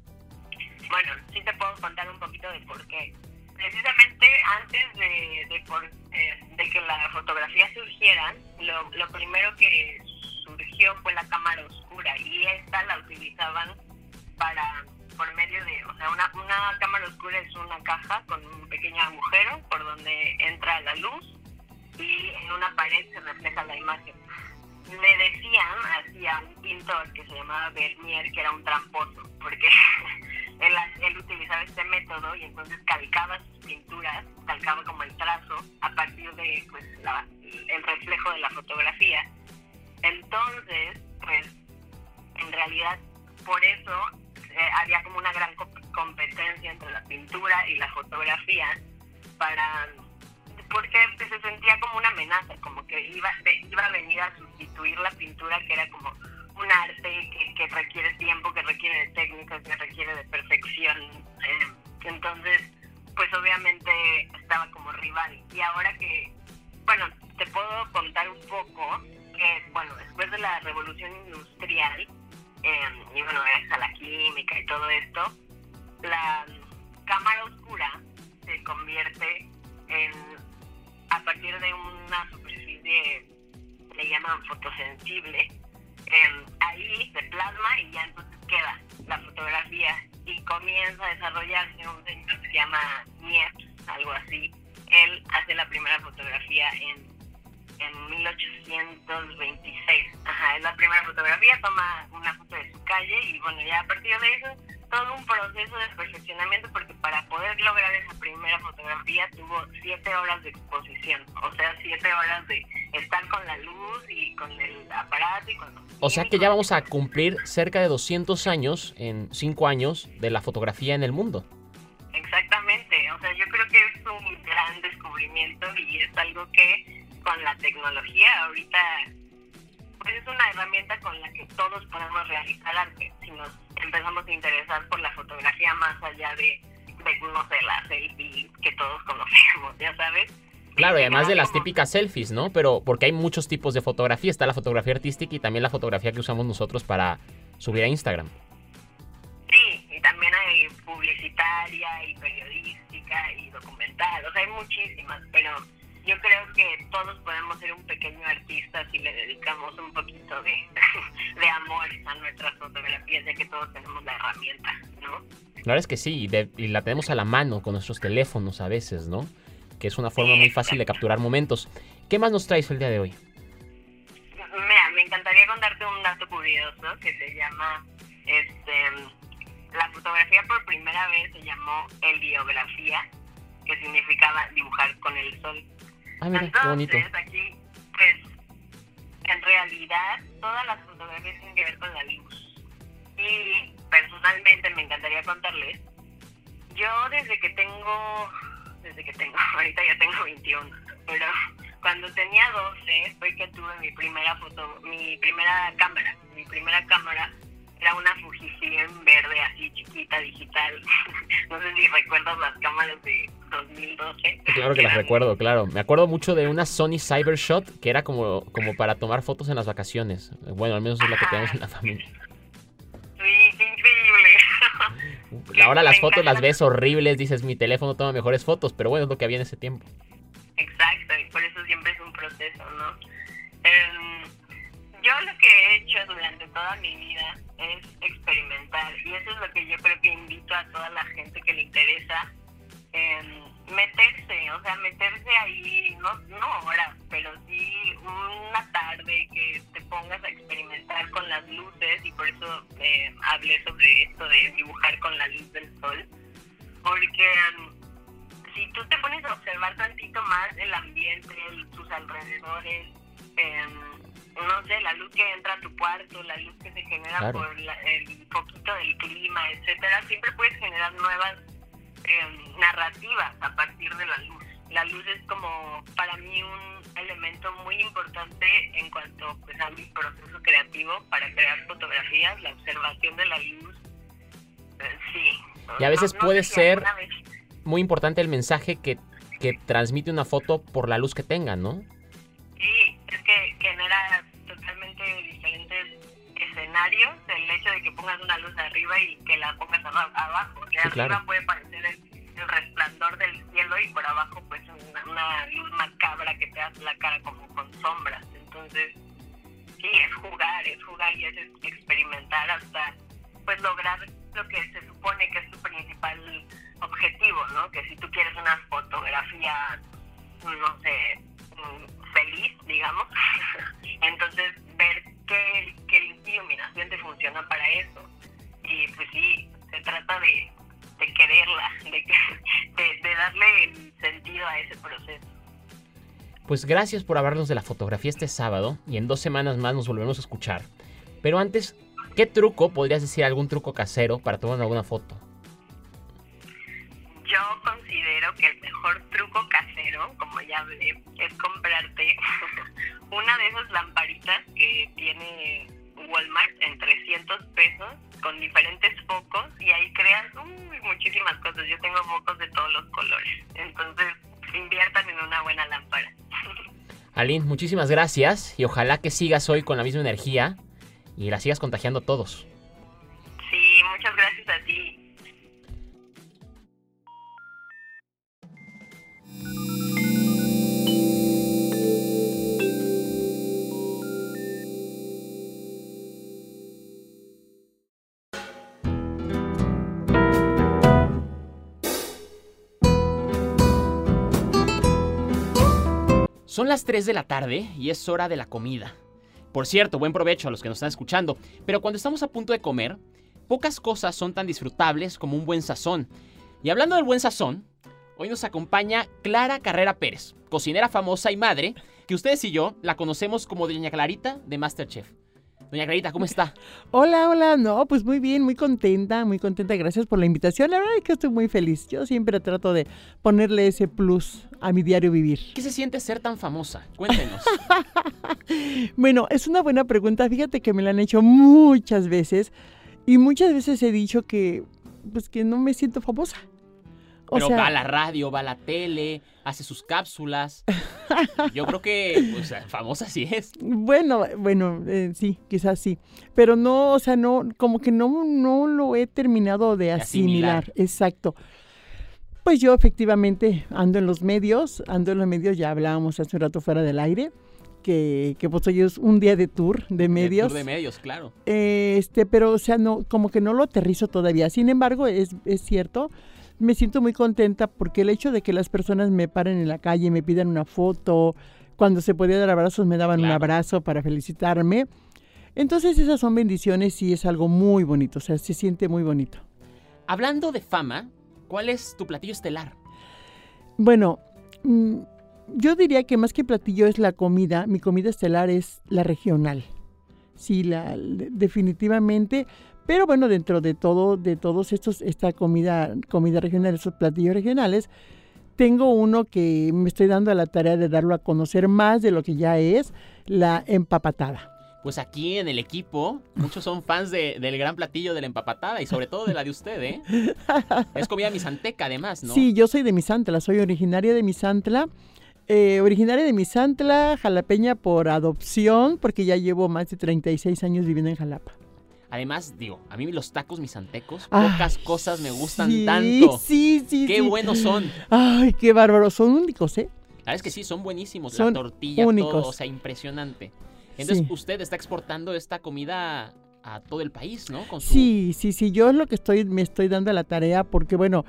Bueno, sí te puedo contar un poquito de por qué. Precisamente antes de, de, por, eh, de que la fotografía surgiera, lo, lo primero que surgió fue la cámara oscura y esta la utilizaban para... por medio de, o sea, una, una cámara oscura es una caja con un pequeño agujero por donde entra la luz y en una pared se refleja la imagen. Le decían así a un pintor que se llamaba Vermeer que era un tramposo, porque él, él utilizaba este método y entonces calcaba sus pinturas, calcaba como el trazo a partir de pues la, el reflejo de la fotografía. Entonces, pues, en realidad, por eso Eh, había como una gran competencia entre la pintura y la fotografía para porque se sentía como una amenaza, como que iba, iba a venir a sustituir la pintura, que era como un arte que, que requiere tiempo, que requiere de técnicas, que requiere de perfección. Eh, entonces, pues obviamente estaba como rival. Y ahora que, bueno, te puedo contar un poco que, bueno, después de la revolución industrial, Eh, y bueno, gracias a la química y todo esto, la cámara oscura se convierte en, a partir de una superficie, le llaman fotosensible, eh, ahí se plasma y ya entonces queda la fotografía y comienza a desarrollarse un señor que se llama Niepce, algo así. Él hace la primera fotografía en, en mil ochocientos veintiséis. Ajá, es la primera fotografía, toma una foto de su calle y bueno, ya a partir de eso, todo un proceso de perfeccionamiento porque para poder lograr esa primera fotografía tuvo siete horas de exposición, o sea, siete horas de estar con la luz y con el aparato y con... O sea que ya vamos a cumplir cerca de doscientos años en cinco años de la fotografía en el mundo. Exactamente, o sea, yo creo que es un gran descubrimiento y es algo que con la tecnología ahorita pues es una herramienta con la que todos podemos realizar arte si nos empezamos a interesar por la fotografía más allá de, de no sé, la selfie que todos conocemos, ya sabes. Claro, y además de las como... típicas selfies, ¿no? Pero porque hay muchos tipos de fotografía, está la fotografía artística y también la fotografía que usamos nosotros para subir a Instagram. Sí, y también hay publicitaria y periodística y documental, o sea, hay muchísimas, pero yo creo que todos podemos ser un pequeño artista si le dedicamos un poquito de, de amor a nuestras fotografías, ya que todos tenemos la herramienta, ¿no? La verdad es que sí, y, de, y la tenemos a la mano con nuestros teléfonos a veces, ¿no? Que es una forma Sí, muy fácil de capturar momentos. ¿Qué más nos traes el día de hoy? Mira, me encantaría contarte un dato curioso que se llama, este, la fotografía por primera vez se llamó heliografía, que significaba dibujar con el sol. Ah, mira, Entonces, qué bonito. aquí, pues, en realidad, todas las fotografías tienen que ver con la luz. Y, personalmente, me encantaría contarles, yo desde que tengo, desde que tengo, ahorita ya tengo veintiuno, pero cuando tenía doce fue que tuve mi primera foto, mi primera cámara, mi primera cámara era una Fujifilm verde así chiquita, digital. No sé si recuerdas las cámaras de dos mil doce. Claro que las recuerdo, claro. Me acuerdo mucho de una Sony Cybershot que era como, como para tomar fotos en las vacaciones. Bueno, al menos es la que tenemos en la familia. Sí, qué increíble. Ahora las Me fotos encanta. las ves horribles, dices mi teléfono toma mejores fotos, pero bueno, es lo que había en ese tiempo. Exacto, y por eso siempre es un proceso, ¿no? Eh, yo lo que he hecho durante toda mi vida es experimentar, y eso es lo que yo creo que invito a toda la gente que le interesa, eh, meterse, o sea, meterse ahí, no, no horas, pero sí una tarde que te pongas a experimentar con las luces, y por eso eh, hablé sobre esto de dibujar con la luz del sol, porque um, si tú te pones a observar tantito más el ambiente, el, tus alrededores, eh, no sé, la luz que entra a tu cuarto, la luz que se genera Claro. por la, el poquito del clima, etcétera, siempre puedes generar nuevas eh, narrativas a partir de la luz. La luz es como para mí un elemento muy importante en cuanto pues, a mi proceso creativo para crear fotografías, la observación de la luz, eh, sí. Y a veces No- no puede sé si ser alguna vez- muy importante el mensaje que, que transmite una foto por la luz que tenga, ¿no? Sí, es que genera totalmente diferentes escenarios el hecho de que pongas una luz arriba y que la pongas aba- abajo. O sea, Sí, claro. arriba puede parecer el, el resplandor del cielo y por abajo pues una, una luz macabra que te hace la cara como con sombras. Entonces, sí, es jugar, es jugar y es experimentar hasta pues lograr lo que se supone que es tu principal objetivo, ¿no? Que si tú quieres una fotografía, no sé, mm, feliz, digamos, entonces ver qué, qué iluminación te funciona para eso. Y pues sí, se trata de, de quererla, de, que- de, de darle el sentido a ese proceso. Pues gracias por hablarnos de la fotografía este sábado y en dos semanas más nos volvemos a escuchar. Pero antes, ¿qué truco, podrías decir algún truco casero para tomar una buena foto? Yo considero que el mejor truco casero, como ya hablé, es comprarte una de esas lamparitas que tiene Walmart en trescientos pesos con diferentes focos y ahí creas uy, muchísimas cosas. Yo tengo focos de todos los colores. Entonces, inviertan en una buena lámpara. Aline, muchísimas gracias y ojalá que sigas hoy con la misma energía y la sigas contagiando a todos. Sí, muchas gracias a ti. Son las tres de la tarde y es hora de la comida. Por cierto, buen provecho a los que nos están escuchando. Pero cuando estamos a punto de comer, pocas cosas son tan disfrutables como un buen sazón. Y hablando del buen sazón, hoy nos acompaña Clara Carrera Pérez, cocinera famosa y madre, que ustedes y yo la conocemos como Doña Clarita de MasterChef. Doña Clarita, ¿cómo está? Hola, hola, no, pues muy bien, muy contenta, muy contenta, gracias por la invitación, la verdad es que estoy muy feliz, yo siempre trato de ponerle ese plus a mi diario vivir. ¿Qué se siente ser tan famosa? Cuéntenos. Bueno, es una buena pregunta, fíjate que me la han hecho muchas veces y muchas veces he dicho que, pues que no me siento famosa. O Pero sea, va a la radio, va a la tele, hace sus cápsulas. Yo creo que, pues, famosa sí es. Bueno, bueno, eh, sí, quizás sí. Pero no, o sea, no, como que no, no lo he terminado de asimilar. Asimilar. Exacto. Pues yo efectivamente ando en los medios, ando en los medios, ya hablábamos hace un rato fuera del aire, que, que pues hoy es un día de tour de medios. De tour de medios, claro. Eh, este, pero, o sea, no, como que no lo aterrizo todavía. Sin embargo, es, es cierto. Me siento muy contenta porque el hecho de que las personas me paren en la calle, me pidan una foto, cuando se podía dar abrazos me daban Claro. un abrazo para felicitarme. Entonces esas son bendiciones y es algo muy bonito, o sea, se siente muy bonito. Hablando de fama, ¿cuál es tu platillo estelar? Bueno, mm, yo diría que más que platillo es la comida, mi comida estelar es la regional. Sí, la, definitivamente. Pero bueno, dentro de todo, de todos estos, esta comida, comida regional, estos platillos regionales, tengo uno que me estoy dando a la tarea de darlo a conocer más de lo que ya es, la empapatada. Pues aquí en el equipo, muchos son fans de, del gran platillo de la empapatada y sobre todo de la de usted, ¿eh? Es comida misanteca además, ¿no? Sí, yo soy de Misantla, soy originaria de Misantla. Eh, originaria de Misantla, jalapeña por adopción, porque ya llevo más de treinta y seis años viviendo en Jalapa. Además, digo, a mí los tacos misantecos, Ay, pocas cosas me gustan sí, tanto. Sí, sí, Qué sí. buenos son. Ay, qué bárbaro, son únicos, ¿eh? La verdad es que sí, son buenísimos. Son la tortilla, únicos. todo, o sea, impresionante. Entonces, Sí. usted está exportando esta comida a todo el país, ¿no? Con su... Sí, sí, sí, yo es lo que estoy, me estoy dando a la tarea porque, bueno,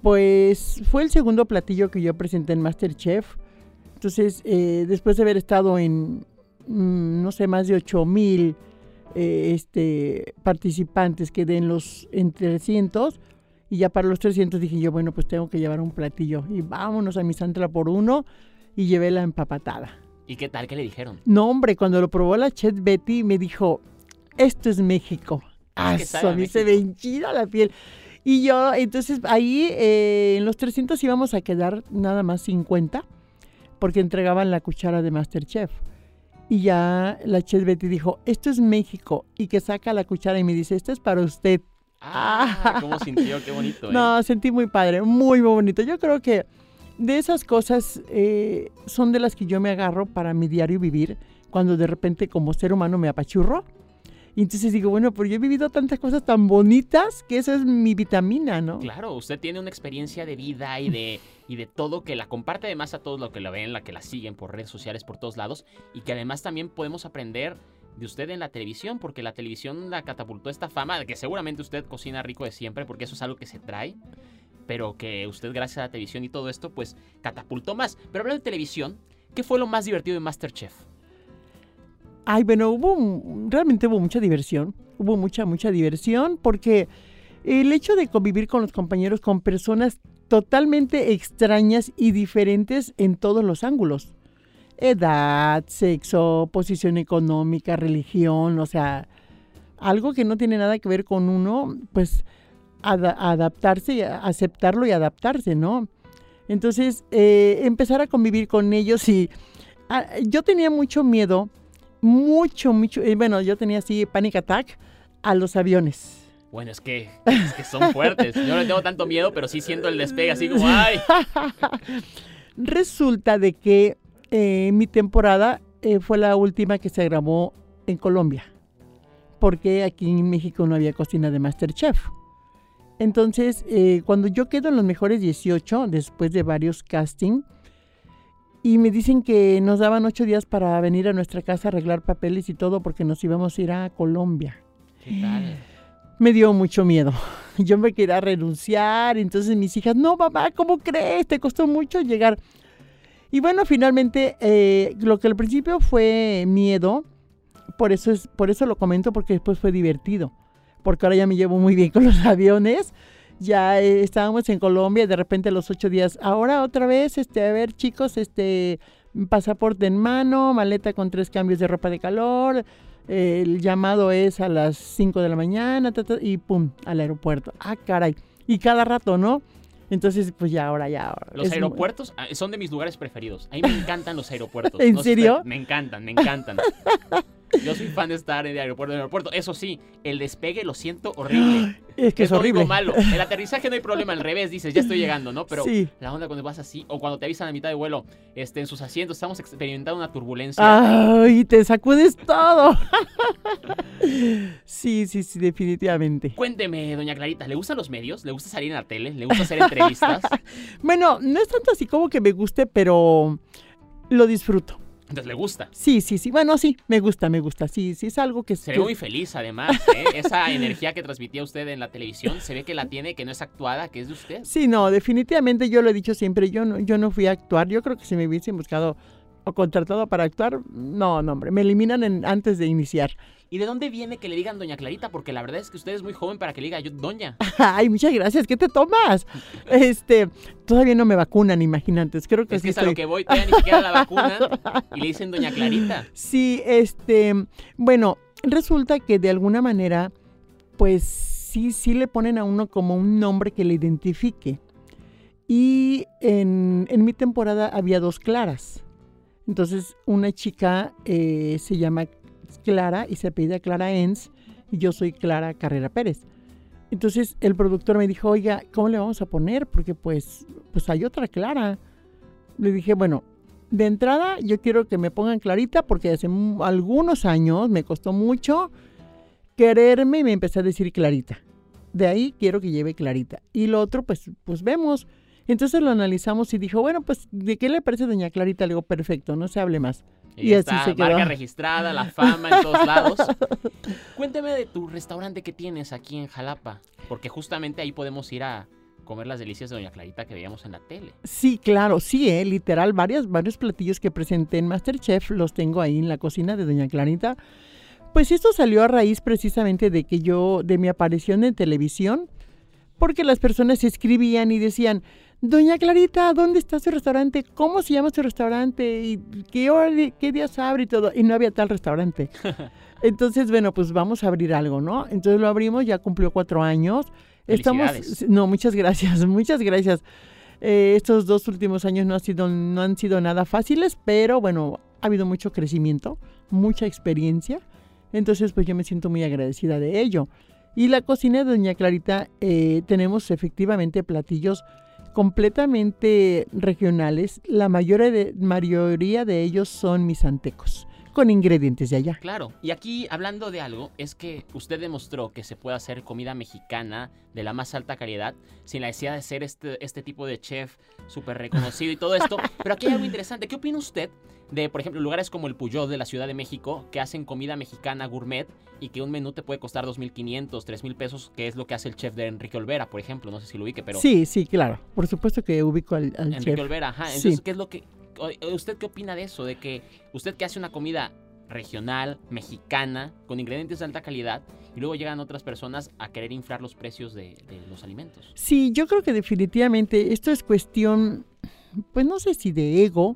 pues fue el segundo platillo que yo presenté en MasterChef. Entonces, eh, después de haber estado en, mm, no sé, más de ocho mil eh, este, participantes, quedé en los en trescientos y ya para los trescientos dije yo, bueno, pues tengo que llevar un platillo y vámonos a Misantla por uno y llevé la empapatada. ¿Y qué tal? ¿Qué le dijeron? No, hombre, cuando lo probó la chef Betty me dijo, esto es México. Ah, que sabe eso a a mí se México. me enchina la piel. Y yo, entonces ahí eh, en los trescientos íbamos a quedar nada más cincuenta, porque entregaban la cuchara de MasterChef. Y ya la chef Betty dijo, esto es México, y que saca la cuchara y me dice, esto es para usted. Ah, ¿cómo sintió? Qué bonito, ¿eh? No, sentí muy padre, muy, muy bonito. Yo creo que de esas cosas eh, son de las que yo me agarro para mi diario vivir, cuando de repente como ser humano me apachurro. Y entonces digo, bueno, pero yo he vivido tantas cosas tan bonitas que esa es mi vitamina, ¿no? Claro, usted tiene una experiencia de vida y de, y de todo que la comparte además a todos los que la ven, la que la siguen por redes sociales, por todos lados, y que además también podemos aprender de usted en la televisión, porque la televisión la catapultó esta fama de que seguramente usted cocina rico de siempre, porque eso es algo que se trae, pero que usted gracias a la televisión y todo esto, pues catapultó más. Pero hablando de televisión, ¿qué fue lo más divertido de MasterChef? Ay, bueno, hubo un- realmente hubo mucha diversión, hubo mucha, mucha diversión, porque el hecho de convivir con los compañeros, con personas totalmente extrañas y diferentes en todos los ángulos, edad, sexo, posición económica, religión, o sea, algo que no tiene nada que ver con uno, pues ada- adaptarse, y a- aceptarlo y adaptarse, ¿no? Entonces, eh, empezar a convivir con ellos y ah, yo tenía mucho miedo, mucho, mucho, eh, bueno, yo tenía así panic attack a los aviones. Bueno, es que, es que son fuertes. Yo no le tengo tanto miedo, pero sí siento el despegue así como ¡ay! Resulta de que eh, mi temporada eh, fue la última que se grabó en Colombia, porque aquí en México no había cocina de MasterChef. Entonces, eh, cuando yo quedo en los mejores dieciocho, después de varios castings, y me dicen que nos daban ocho días para venir a nuestra casa a arreglar papeles y todo, porque nos íbamos a ir a Colombia. ¿Qué tal? Me dio mucho miedo. Yo me quería renunciar. Entonces mis hijas, no, mamá, ¿cómo crees? Te costó mucho llegar. Y bueno, finalmente, eh, lo que al principio fue miedo, por eso, es, por eso lo comento, porque después fue divertido. Porque ahora ya me llevo muy bien con los aviones. Ya eh, estábamos en Colombia y de repente a los ocho días, ahora otra vez, este, a ver chicos, este, pasaporte en mano, maleta con tres cambios de ropa de calor, eh, el llamado es a las cinco de la mañana, ta, ta, y pum, al aeropuerto. Ah, caray. Y cada rato, ¿no? Entonces, pues ya, ahora ya. Los aeropuertos muy... son de mis lugares preferidos. A mí me encantan los aeropuertos. ¿En no serio? Sé, me encantan, me encantan. Yo soy fan de estar en el aeropuerto, en el aeropuerto. Eso sí, el despegue lo siento horrible. Es que es, es horrible. Lo malo. El aterrizaje no hay problema, al revés, dices, ya estoy llegando, ¿no? Pero sí. La onda cuando vas así, o cuando te avisan a mitad de vuelo, este, en sus asientos, estamos experimentando una turbulencia. ¡Ay, te sacudes todo! Sí, sí, sí, definitivamente. Cuénteme, doña Clarita, ¿le gustan los medios? ¿Le gusta salir en la tele? ¿Le gusta hacer entrevistas? Bueno, no es tanto así como que me guste, pero lo disfruto. Entonces, ¿le gusta? Sí, sí, sí. Bueno, sí, me gusta, me gusta. Sí, sí, es algo que... Se que... ve muy feliz, además, ¿eh? Esa energía que transmitía usted en la televisión, se ve que la tiene, que no es actuada, que es de usted. Sí, no, definitivamente yo lo he dicho siempre, yo no, yo no fui a actuar. Yo creo que si me hubiesen buscado o contratado para actuar, no, no, hombre, me eliminan en, antes de iniciar. ¿Y de dónde viene que le digan doña Clarita? Porque la verdad es que usted es muy joven para que le diga yo doña. Ay, muchas gracias, ¿qué te tomas? Este, todavía no me vacunan, imagínate. Creo que es que sí es estoy... a lo que voy, todavía ni siquiera la vacuna y le dicen doña Clarita. Sí, este, bueno, resulta que de alguna manera, pues sí, sí le ponen a uno como un nombre que le identifique. Y en, en mi temporada había dos Claras. Entonces, una chica eh, se llama Clara y se apellida Clara Enns y yo soy Clara Carrera Pérez. Entonces, el productor me dijo, oiga, ¿cómo le vamos a poner? Porque pues, pues hay otra Clara. Le dije, bueno, de entrada yo quiero que me pongan Clarita porque hace m- algunos años me costó mucho quererme y me empecé a decir Clarita. De ahí quiero que lleve Clarita. Y lo otro, pues, pues vemos. Entonces lo analizamos y dijo, bueno, pues, ¿de qué le parece doña Clarita? Le digo, perfecto, no se hable más. Y, y así está, se quedó. Marca registrada, la fama en todos lados. Cuénteme de tu restaurante que tienes aquí en Jalapa, porque justamente ahí podemos ir a comer las delicias de doña Clarita que veíamos en la tele. Sí, claro, sí, eh, literal, varias, varios platillos que presenté en MasterChef los tengo ahí en la cocina de doña Clarita. Pues esto salió a raíz precisamente de que yo, de mi aparición en televisión, porque las personas se escribían y decían, doña Clarita, ¿dónde está su restaurante? ¿Cómo se llama su restaurante? ¿Y qué hora, qué días abre y todo? Y no había tal restaurante. Entonces, bueno, pues vamos a abrir algo, ¿no? Entonces lo abrimos, ya cumplió cuatro años. Estamos, no, muchas gracias, muchas gracias. Eh, estos dos últimos años no, ha sido, no han sido nada fáciles, pero bueno, ha habido mucho crecimiento, mucha experiencia. Entonces, pues yo me siento muy agradecida de ello. Y la cocina de doña Clarita, eh, tenemos efectivamente platillos completamente regionales. La mayoría de, mayoría de ellos son misantecos, con ingredientes de allá. Claro, y aquí hablando de algo, es que usted demostró que se puede hacer comida mexicana de la más alta calidad sin la necesidad de ser este, este tipo de chef súper reconocido y todo esto. Pero aquí hay algo interesante. ¿Qué opina usted de, por ejemplo, lugares como el Puyol de la Ciudad de México que hacen comida mexicana gourmet y que un menú te puede costar dos mil quinientos, tres mil pesos, que es lo que hace el chef de Enrique Olvera, por ejemplo? No sé si lo ubique, pero... Sí, sí, claro. Por supuesto que ubico al, al Enrique chef. Olvera, ajá. Entonces, sí. ¿qué es lo que... ¿Usted qué opina de eso? De que usted que hace una comida regional, mexicana, con ingredientes de alta calidad, y luego llegan otras personas a querer inflar los precios de, de los alimentos. Sí, yo creo que definitivamente esto es cuestión, pues no sé si de ego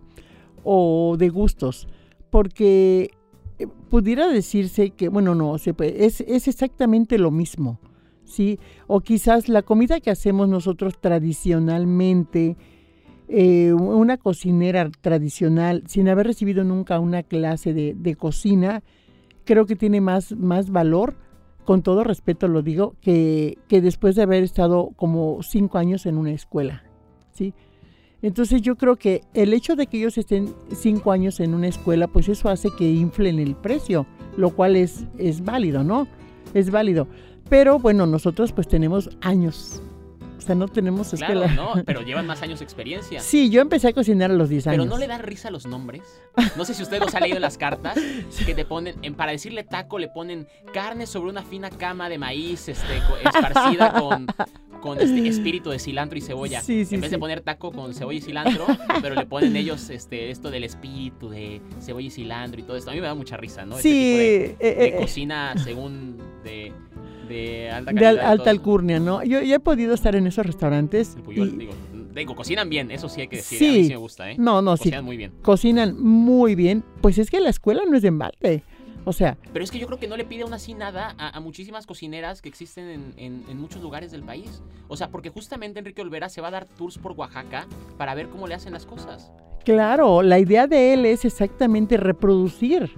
o de gustos, porque pudiera decirse que, bueno, no, se puede, es, es exactamente lo mismo, ¿sí? O quizás la comida que hacemos nosotros tradicionalmente, Eh, una cocinera tradicional, sin haber recibido nunca una clase de, de cocina, creo que tiene más, más valor, con todo respeto lo digo, que, que después de haber estado como cinco años en una escuela, ¿sí? Entonces yo creo que el hecho de que ellos estén cinco años en una escuela, pues eso hace que inflen el precio, lo cual es, es válido, ¿no? Es válido. Pero bueno, nosotros pues tenemos años. O sea, no tenemos escuela. Claro, no, pero llevan más años de experiencia. Sí, yo empecé a cocinar a los diez años. Pero ¿no le dan risa los nombres? No sé si usted los ha leído en las cartas, que te ponen, en, para decirle taco, le ponen carne sobre una fina cama de maíz este, esparcida con, con este espíritu de cilantro y cebolla. Sí, sí, en vez sí. de poner taco con cebolla y cilantro, pero le ponen ellos este, esto del espíritu de cebolla y cilantro y todo esto. A mí me da mucha risa, ¿no? Sí, Este tipo de, eh, de eh, cocina según de, de alta de calidad. al- y todo alta eso. alcurnia, ¿no? Yo ya he podido estar en esos restaurantes. El Puyol, y- digo, digo, cocinan bien, eso sí hay que decir. Sí. A mí sí me gusta, ¿eh? No, no, sí, Cocinan muy bien. cocinan muy bien. Pues es que la escuela no es de embalde. O sea, Pero es que yo creo que no le pide aún así nada a, a muchísimas cocineras que existen en, en- en muchos lugares del país. O sea, porque justamente Enrique Olvera se va a dar tours por Oaxaca para ver cómo le hacen las cosas. claro, la idea de él es exactamente reproducir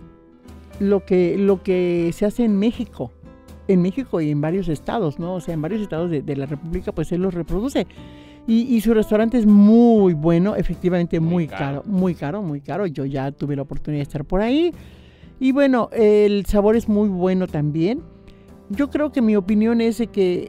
lo que, lo que se hace en México. En México y en varios estados, ¿no? O sea, en varios estados de, de la República, pues él los reproduce. Y, y su restaurante es muy bueno, efectivamente Muy muy, caro. caro. muy caro, muy caro. Yo ya tuve la oportunidad de estar por ahí. Y bueno, el sabor es muy bueno también. Yo creo que mi opinión es de que,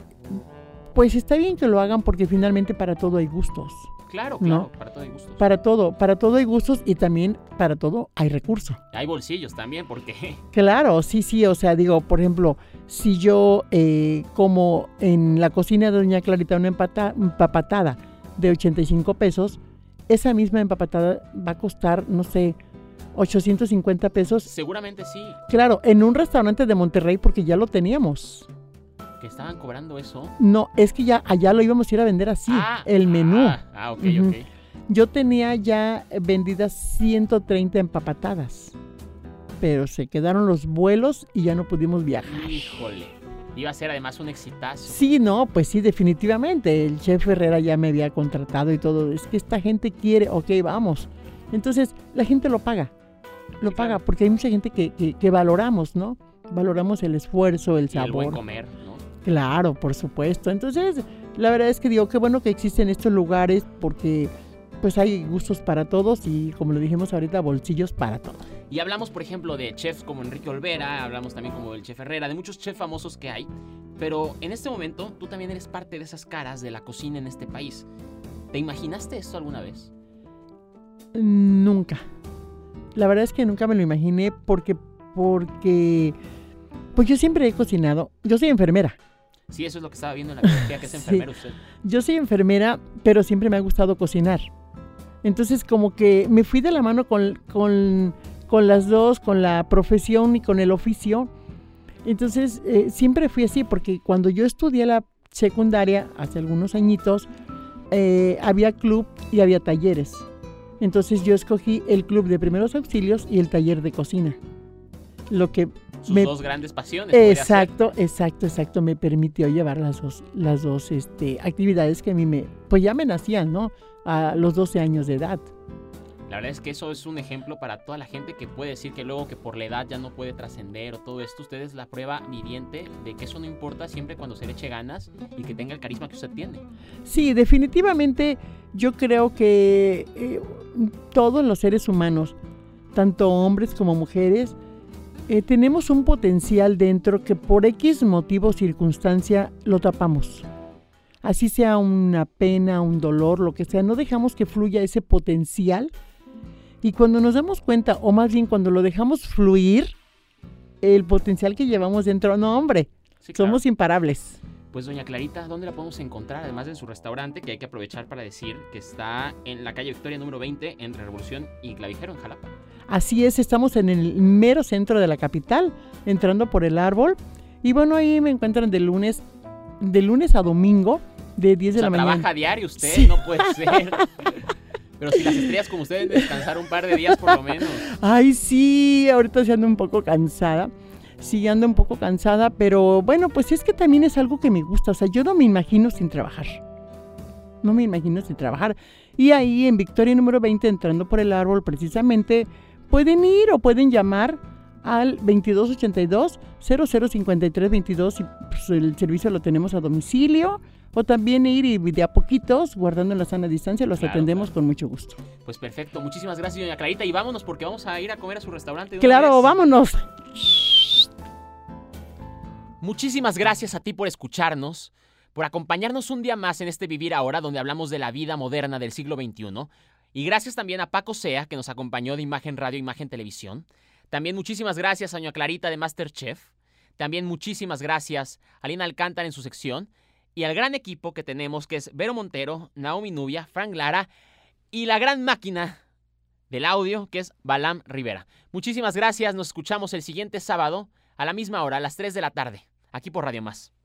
pues está bien que lo hagan porque finalmente para todo hay gustos. Claro, No. claro, para todo hay gustos. Para todo, para todo hay gustos y también para todo hay recurso. Hay bolsillos también, porque Claro, sí, sí, o sea, digo, por ejemplo, si yo eh, como en la cocina de Doña Clarita una empata- empapatada de ochenta y cinco pesos, esa misma empapatada va a costar, no sé, ochocientos cincuenta pesos. seguramente sí, Claro, en un restaurante de Monterrey porque ya lo teníamos. que estaban cobrando eso. No, es que ya allá lo íbamos a ir a vender así, Ah, el menú. Ah, ah, ok, Ujú. ok. Yo tenía ya vendidas ciento treinta empapatadas, pero se quedaron los vuelos y ya no pudimos viajar. Híjole. Iba a ser además un exitazo. Sí, no, pues sí, definitivamente. El chef Herrera ya me había contratado y todo. Es que esta gente quiere, ok, vamos. Entonces, la gente lo paga. Lo Sí, paga claro. porque hay mucha gente que, que, que valoramos, ¿no? Valoramos el esfuerzo, el Y el buen sabor. comer, ¿no? Claro, por supuesto. Entonces, la verdad es que digo, qué bueno que existen estos lugares porque pues hay gustos para todos y como lo dijimos ahorita, bolsillos para todos. Y hablamos, por ejemplo, de chefs como Enrique Olvera, hablamos también como del chef Herrera, de muchos chefs famosos que hay. Pero en este momento, tú también eres parte de esas caras de la cocina en este país. ¿Te imaginaste esto alguna vez? Nunca. La verdad es que nunca me lo imaginé porque, porque, pues yo siempre he cocinado. Yo soy enfermera. Sí, eso es lo que estaba viendo en la biografía, que es Sí. enfermero usted. Yo soy enfermera, pero siempre me ha gustado cocinar. Entonces como que me fui de la mano con, con, con las dos, con la profesión y con el oficio. Entonces eh, siempre fui así porque cuando yo estudié la secundaria hace algunos añitos, eh, había club y había talleres. Entonces yo escogí el club de primeros auxilios y el taller de cocina. Lo que Sus me... dos grandes pasiones. podría ser. Exacto, exacto, exacto. Me permitió llevar las dos, las dos este, actividades que a mí me, pues ya me nacían, ¿no? A los doce años de edad. La verdad es que eso es un ejemplo para toda la gente que puede decir que luego que por la edad ya no puede trascender o todo esto. Usted es la prueba viviente de que eso no importa siempre cuando se le eche ganas y que tenga el carisma que usted tiene. Sí, definitivamente yo creo que eh, todos los seres humanos, tanto hombres como mujeres, eh, tenemos un potencial dentro que por X motivo o circunstancia lo tapamos. Así sea una pena, un dolor, lo que sea, no dejamos que fluya ese potencial. Y cuando nos damos cuenta, o más bien cuando lo dejamos fluir, el potencial que llevamos dentro, no hombre, Sí, claro. somos imparables. Pues doña Clarita, ¿dónde la podemos encontrar? Además de su restaurante, que hay que aprovechar para decir que está en la calle Victoria número veinte, entre Revolución y Clavijero, en Jalapa. Así es, estamos en el mero centro de la capital, entrando por el árbol. Y bueno, ahí me encuentran de lunes, de lunes a domingo, de diez O de sea, la trabaja mañana. a diario usted, Sí. no puede ser. Pero si las estrellas como usted deben descansar un par de días por lo menos. Ay, sí, ahorita sí ando un poco cansada. Sí, ando un poco cansada, pero bueno, pues es que también es algo que me gusta. O sea, yo no me imagino sin trabajar. No me imagino sin trabajar. Y ahí en Victoria número veinte, entrando por el árbol, precisamente, pueden ir o pueden llamar al veintidós ochenta y dos, cero cero cincuenta y tres veintidós y pues, el servicio lo tenemos a domicilio. O también ir y de a poquitos, guardando la sana distancia, los Claro, atendemos claro. con mucho gusto. Pues perfecto, muchísimas gracias doña Clarita y vámonos porque vamos a ir a comer a su restaurante. de una Claro, vez. vámonos. Muchísimas gracias a ti por escucharnos, por acompañarnos un día más en este Vivir Ahora, donde hablamos de la vida moderna del siglo veintiuno. Y gracias también a Paco Sea, que nos acompañó de Imagen Radio, Imagen Televisión. También muchísimas gracias a doña Clarita de MasterChef. También muchísimas gracias a Lina Alcántara en su sección. y al gran equipo que tenemos, que es Vero Montero, Naomi Nubia, Frank Lara y la gran máquina del audio, que es Balam Rivera. Muchísimas gracias, nos escuchamos el siguiente sábado a la misma hora, a las tres de la tarde, aquí por Radio Más.